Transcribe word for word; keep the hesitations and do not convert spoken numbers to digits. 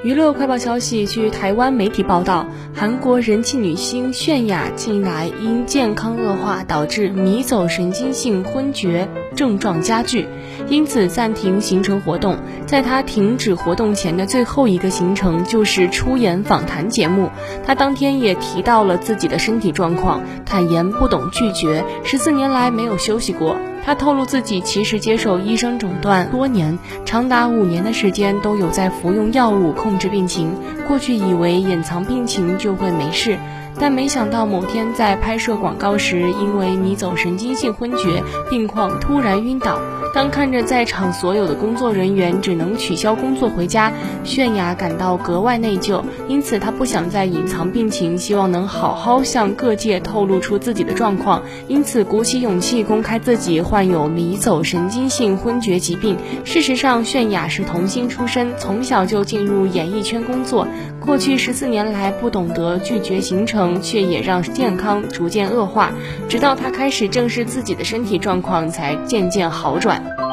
娱乐快报消息，据台湾媒体报道，韩国人气女星泫雅近来因健康恶化导致迷走神经性昏厥症状加剧，因此暂停行程活动。在她停止活动前的最后一个行程就是出演访谈节目，她当天也提到了自己的身体状况，坦言不懂拒绝，十四年来没有休息过。他透露自己其实接受医生诊断多年，长达五年的时间都有在服用药物控制病情。过去以为掩藏病情就会没事，但没想到某天在拍摄广告时，因为迷走神经性昏厥病况突然晕倒。当看着在场所有的工作人员只能取消工作回家，泫雅感到格外内疚，因此她不想再隐藏病情，希望能好好向各界透露出自己的状况，因此鼓起勇气公开自己患有迷走神经性昏厥疾病。事实上，泫雅是童星出身，从小就进入演艺圈工作，过去十四年来不懂得拒绝行程，却也让健康逐渐恶化，直到她开始正视自己的身体状况，才渐渐好转。